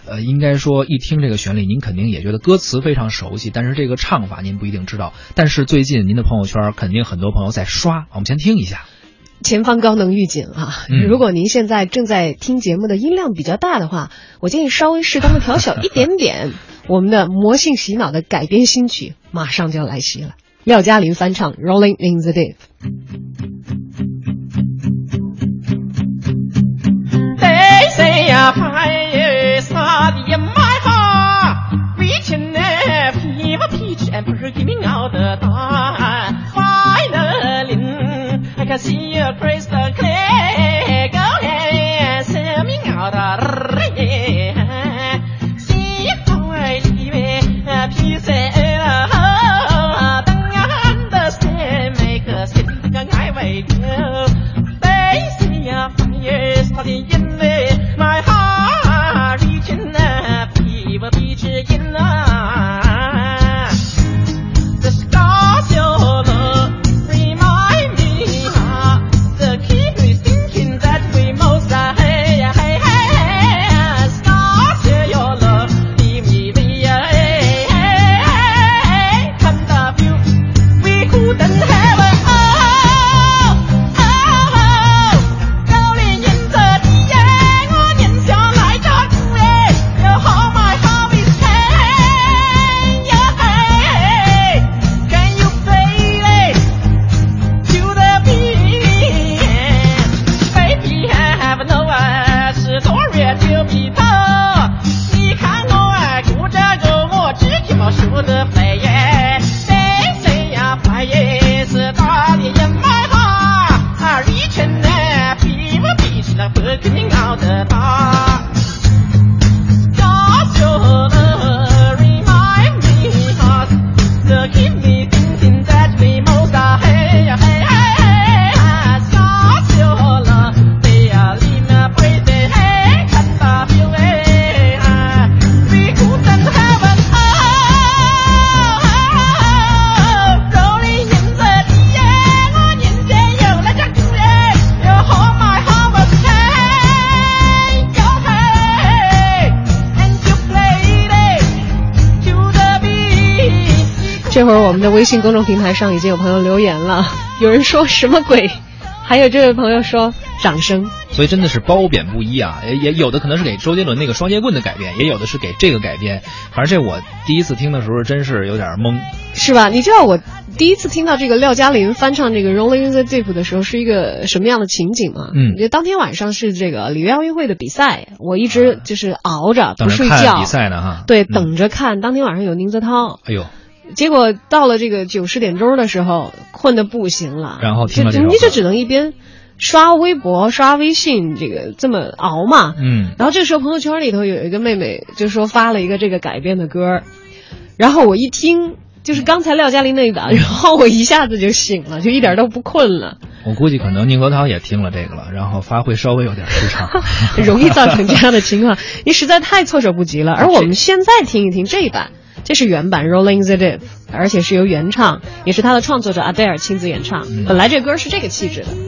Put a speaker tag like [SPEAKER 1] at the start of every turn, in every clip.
[SPEAKER 1] 应该说一听这个旋律，您肯定也觉得歌词非常熟悉，但是这个唱法您不一定知道。但是最近您的朋友圈肯定很多朋友在刷，我们先听一下。
[SPEAKER 2] 前方高能预警啊！如果您现在正在听节目的音量比较大的话，我建议稍微适当的调小一点点。我们的魔性洗脑的改编新曲马上就要来袭了，廖嘉玲翻唱《Rolling in the Deep》。
[SPEAKER 3] They say a fire started my heart, reaching a fever pitch and breaking out the dawn. Finally, I can see your crystal clear, go ahead, swimming out the rain. See how I live a piece of hope, don't understand, make us get the highway go. They say a fire started in my heart, reaching a fever pitch in the stars your love remind me of the keep me thinking that we most are stars your love leave me there come the view we couldn't have rolling in the deep 我念想来着You hold my heart with hand Can you play it to the beat Baby I have no story to be told 你看我哭着go我只听我说的飞 They say a fire is starting in my heart Reaching a fever pitch like burning out the dark Stars your love remind me of the keep me thinking that we most are Stars your love they are leave me breathing can't stop you we couldn't have rolling in the deep 我念见有了这故事 You hold my heart with hand and you played it to the beat
[SPEAKER 2] 这会儿我们的微信公众平台上已经有朋友留言了，有人说什么鬼，还有这位朋友说掌声。
[SPEAKER 1] 所以真的是褒贬不一啊，也有的可能是给周杰伦那个双截棍的改编，也有的是给这个改编。反正这我第一次听的时候真是有点懵，
[SPEAKER 2] 是吧？你知道我第一次听到这个廖嘉玲翻唱这个 Rolling in the Deep 的时候是一个什么样的情景吗？就当天晚上是这个里约奥运会的比赛，我一直就是熬着不睡觉，
[SPEAKER 1] 等着看比赛呢哈。
[SPEAKER 2] 对，等着看。当天晚上有宁泽涛，
[SPEAKER 1] 哎呦，
[SPEAKER 2] 结果到了这个90点钟的时候，困得不行了，
[SPEAKER 1] 然后听了这首歌，
[SPEAKER 2] 你就只能一边刷微博、刷微信，这个这么熬嘛。然后这时候朋友圈里头有一个妹妹就说发了一个这个改编的歌，然后我一听就是刚才廖嘉玲那一版，然后我一下子就醒了，就一点都不困了。
[SPEAKER 1] 我估计可能宁泽涛也听了这个了，然后发挥稍微有点失常，
[SPEAKER 2] 容易造成这样的情况。你实在太措手不及了。而我们现在听一听这一版，这是原版 Rolling the Deep， 而且是由原唱，也是他的创作者阿黛尔亲自演唱。本来这歌是这个气质的。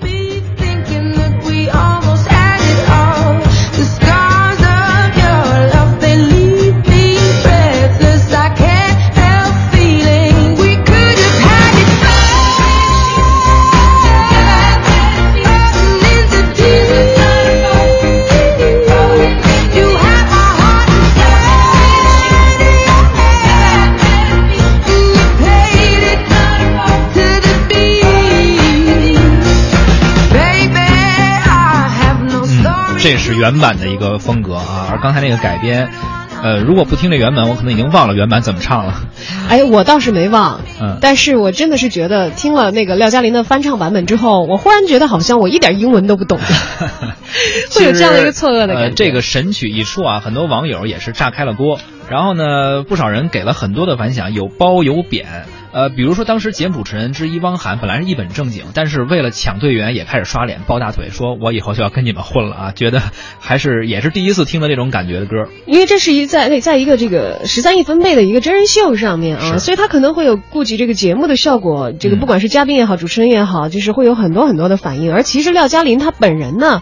[SPEAKER 1] 这是原版的一个风格啊，而刚才那个改编，如果不听这原版，我可能已经忘了原版怎么唱了。
[SPEAKER 2] 哎，我倒是没忘，但是我真的是觉得听了那个廖嘉玲的翻唱版本之后，我忽然觉得好像我一点英文都不懂，会有这样的一个错愕的感觉。
[SPEAKER 1] 这个神曲一出啊，很多网友也是炸开了锅，然后呢，不少人给了很多的反响，有褒有贬。比如说当时节目主持人之一汪涵本来是一本正经，但是为了抢队员也开始刷脸抱大腿，说我以后就要跟你们混了啊！觉得也是第一次听的这种感觉的歌，
[SPEAKER 2] 因为这是在一个这个13亿分贝的一个真人秀上面啊，所以他可能会有顾及这个节目的效果，这个不管是嘉宾也好，主持人也好，就是会有很多很多的反应。而其实廖嘉玲她本人呢，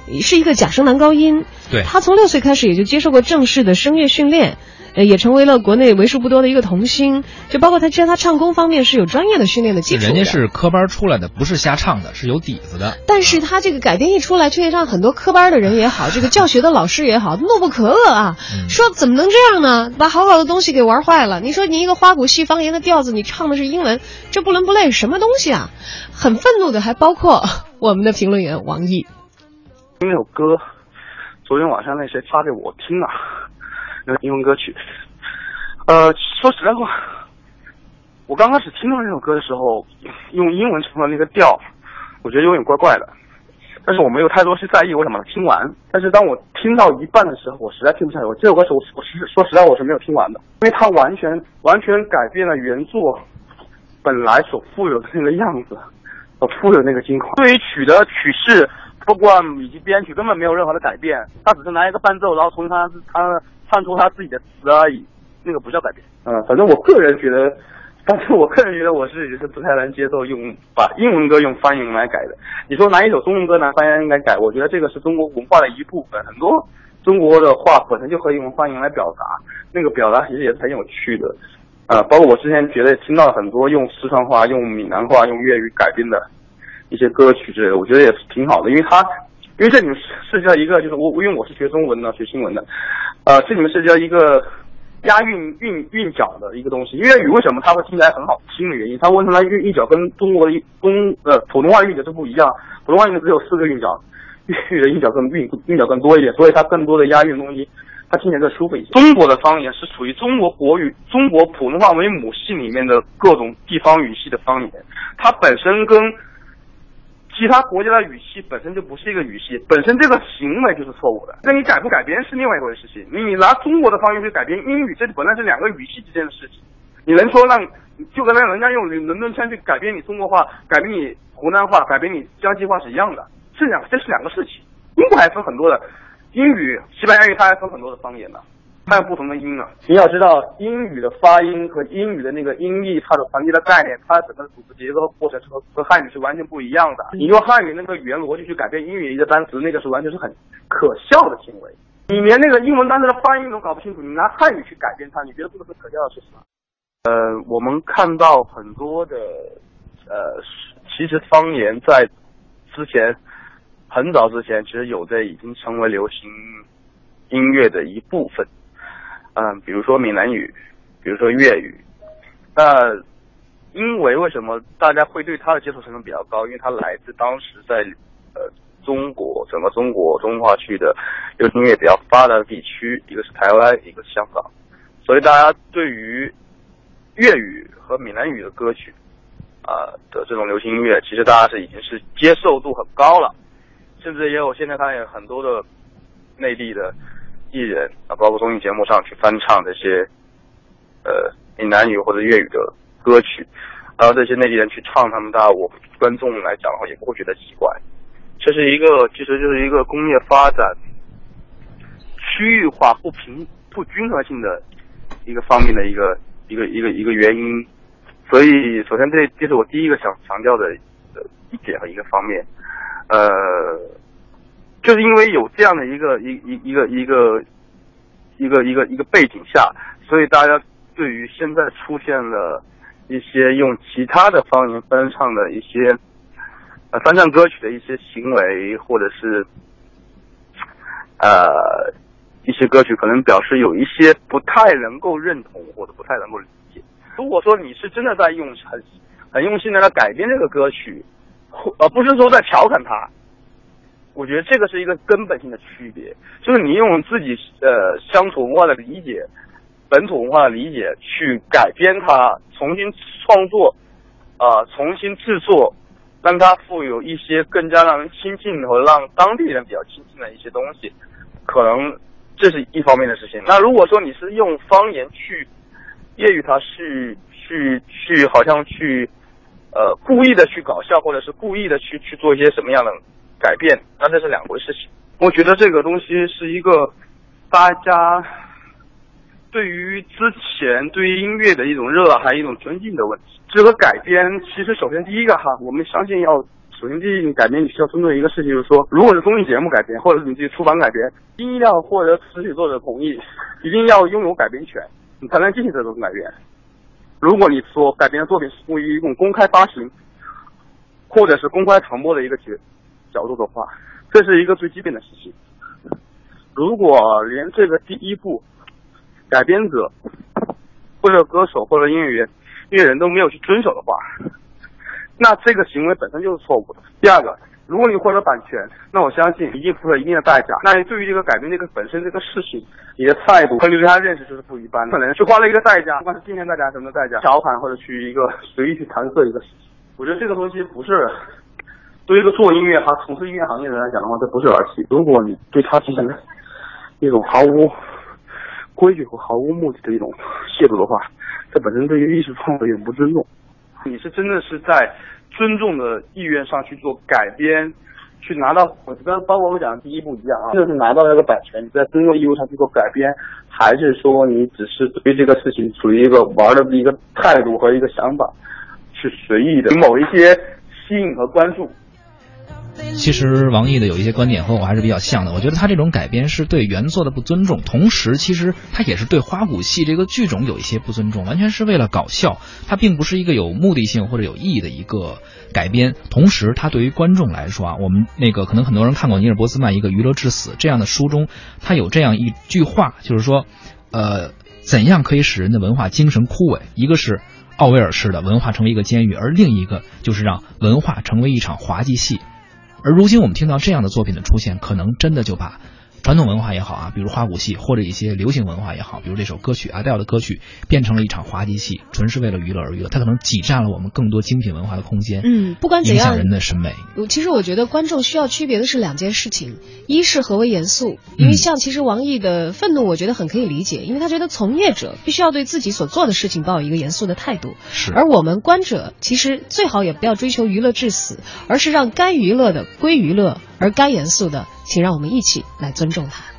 [SPEAKER 2] 是一个假声男高音，
[SPEAKER 1] 对，
[SPEAKER 2] 他从6岁开始也就接受过正式的声乐训练。也成为了国内为数不多的一个童星，就包括他唱功方面是有专业的训练的基础的。
[SPEAKER 1] 人家是科班出来的，不是瞎唱的，是有底子的。
[SPEAKER 2] 但是他这个改编一出来，却让很多科班的人也好，这个教学的老师也好，怒不可遏啊！说怎么能这样呢？把好好的东西给玩坏了。你说你一个花鼓戏方言的调子，你唱的是英文，这不伦不类，什么东西啊？很愤怒的，还包括我们的评论员王毅。
[SPEAKER 4] 那首歌，昨天晚上那谁发给我听了。那个英文歌曲，说实在话，我刚开始听到那首歌的时候，用英文唱的那个调，我觉得有点怪怪的，但是我没有太多去在意，我想把它听完。但是当我听到一半的时候，我实在听不下去。这首歌是我说实在我是没有听完的，因为它完全改变了原作本来所富有的那个样子，所富有的那个精华。对于曲的曲式、不管以及编曲根本没有任何的改变，他只是拿一个伴奏，然后从他唱出他自己的词而已，那个不叫改变。反正我个人觉得我自己是不太能接受把英文歌用方言来改的。你说拿一首中文歌拿方言来改，我觉得这个是中国文化的一部分，很多中国的话本身就可以用方言来表达，那个表达其实也是很有趣的。包括我之前觉得听到很多用四川话、用闽南话、用粤语改编的一些歌曲之类的，我觉得也是挺好的，因为这里面涉及到一个，就是因为我是学中文的、学新闻的，这里面涉及到一个押韵脚的一个东西。粤语为什么它会听起来很好听的原因，它为什么韵脚跟中国的普通话韵脚是不一样？普通话韵脚只有4个韵脚，粤语的韵脚更多一点，所以它更多的押韵的东西，它听起来更舒服一些。中国的方言是属于中国普通话为母系里面的各种地方语系的方言，它本身跟其他国家的语系本身就不是一个语系，本身这个行为就是错误的。那你改不改编是另外一回事情。你拿中国的方言去改编英语，这本来是2个语系之间的事情。你能说就跟让人家用伦敦腔去改编你中国话、改编你湖南话、改编你江西话是一样的，这是2个事情。英国还分很多的英语、西班牙语，它还分很多的方言呢。它有不同的音啊，你要知道英语的发音和英语的那个音译，它的传递的概念，它整个组织结构过程和汉语是完全不一样的。你用汉语那个语言逻辑去改变英语一个单词，那个是完全是很可笑的行为。你连那个英文单词的发音都搞不清楚，你拿汉语去改变它，你觉得这个是可笑的事情吗？我们看到很多的其实方言在很早之前，其实已经成为流行音乐的一部分。比如说闽南语，比如说粤语。因为为什么大家会对它的接受程度比较高？因为它来自当时在整个中国中华区的流行音乐比较发达的地区，一个是台湾，一个是香港，所以大家对于粤语和闽南语的歌曲的这种流行音乐，其实大家已经是接受度很高了，甚至也有现在看有很多的内地的艺人包括综艺节目上去翻唱这些闽南语或者粤语的歌曲，然后这些内地人去唱他们，我观众来讲的话也不会觉得奇怪。其实就是一个工业发展区域化不均衡性的一个方面的一个原因。所以首先这是我第一个想强调的一点和一个方面。就是因为有这样的一个背景下，所以大家对于现在出现了一些用其他的方言翻唱的一些翻唱歌曲的一些行为，或者是一些歌曲可能表示有一些不太能够认同或者不太能够理解。如果说你是真的在很用心的来改编这个歌曲，不是说在调侃它，我觉得这个是一个根本性的区别，就是你用自己乡土文化的理解、本土文化的理解去改编它，重新创作，重新制作，让它富有一些更加让人亲近和让当地人比较亲近的一些东西，可能这是一方面的事情。那如果说你是用方言去揶揄它，去好像去故意的去搞笑，或者是故意的去做一些什么样的改变，那这是2回事情。我觉得这个东西是一个大家对于之前对于音乐的一种热爱、一种尊敬的问题。这个改编其实首先第一个我们相信要首先第一，你改编你需要尊重一个事情，就是说，如果是综艺节目改编，或者是你自己出版改编，一定要获得词曲作者同意，一定要拥有改编权，你才能进行这种改编。如果你所改编的作品是出于一种公开发行，或者是公开传播的一个角度的话，这是一个最基本的事情。如果连这个第一步，改编者或者歌手或者音乐人都没有去遵守的话，那这个行为本身就是错误的。第二个，如果你获得版权，那我相信一定付了一定的代价。那对于这个改编这个本身这个事情，你的态度和你对他认识就是不一般的，可能是花了一个代价，不管是金钱代价什么代价，调侃或者去一个随意去弹射一个事情。我觉得这个东西不是对于一个做音乐从事音乐行业的人来讲的话，这不是儿戏。如果你对他进行一种毫无规矩和毫无目的的一种亵渎的话，这本身对于艺术创作有点不尊重。你是真的是在尊重的意愿上去做改编，去拿到，我觉得包括我讲的第一步一样啊，就是拿到那个版权，你在尊重义务上去做改编，还是说你只是对这个事情处于一个玩的一个态度和一个想法，去随意的某一些吸引和关注。
[SPEAKER 1] 其实王毅的有一些观点和我还是比较像的，我觉得他这种改编是对原作的不尊重，同时其实他也是对花鼓戏这个剧种有一些不尊重，完全是为了搞笑，他并不是一个有目的性或者有意义的一个改编。同时他对于观众来说啊，我们可能很多人看过尼尔波斯曼一个《娱乐至死》这样的书中，他有这样一句话，就是说怎样可以使人的文化精神枯萎，一个是奥威尔式的文化成为一个监狱，而另一个就是让文化成为一场滑稽戏。而如今我们听到这样的作品的出现，可能真的就把传统文化也好啊，比如花鼓戏，或者一些流行文化也好，比如这首歌曲Adele的歌曲，变成了一场滑稽戏，纯是为了娱乐而娱乐，它可能挤占了我们更多精品文化的空间。
[SPEAKER 2] 不管怎样，
[SPEAKER 1] 影响人的审美。
[SPEAKER 2] 其实我觉得观众需要区别的是两件事情，一是何为严肃，因为像其实王毅的愤怒，我觉得很可以理解，因为他觉得从业者必须要对自己所做的事情抱有一个严肃的态度，而我们观者其实最好也不要追求娱乐至死，而是让该娱乐的归娱乐，而该严肃的，请让我们一起来尊重它。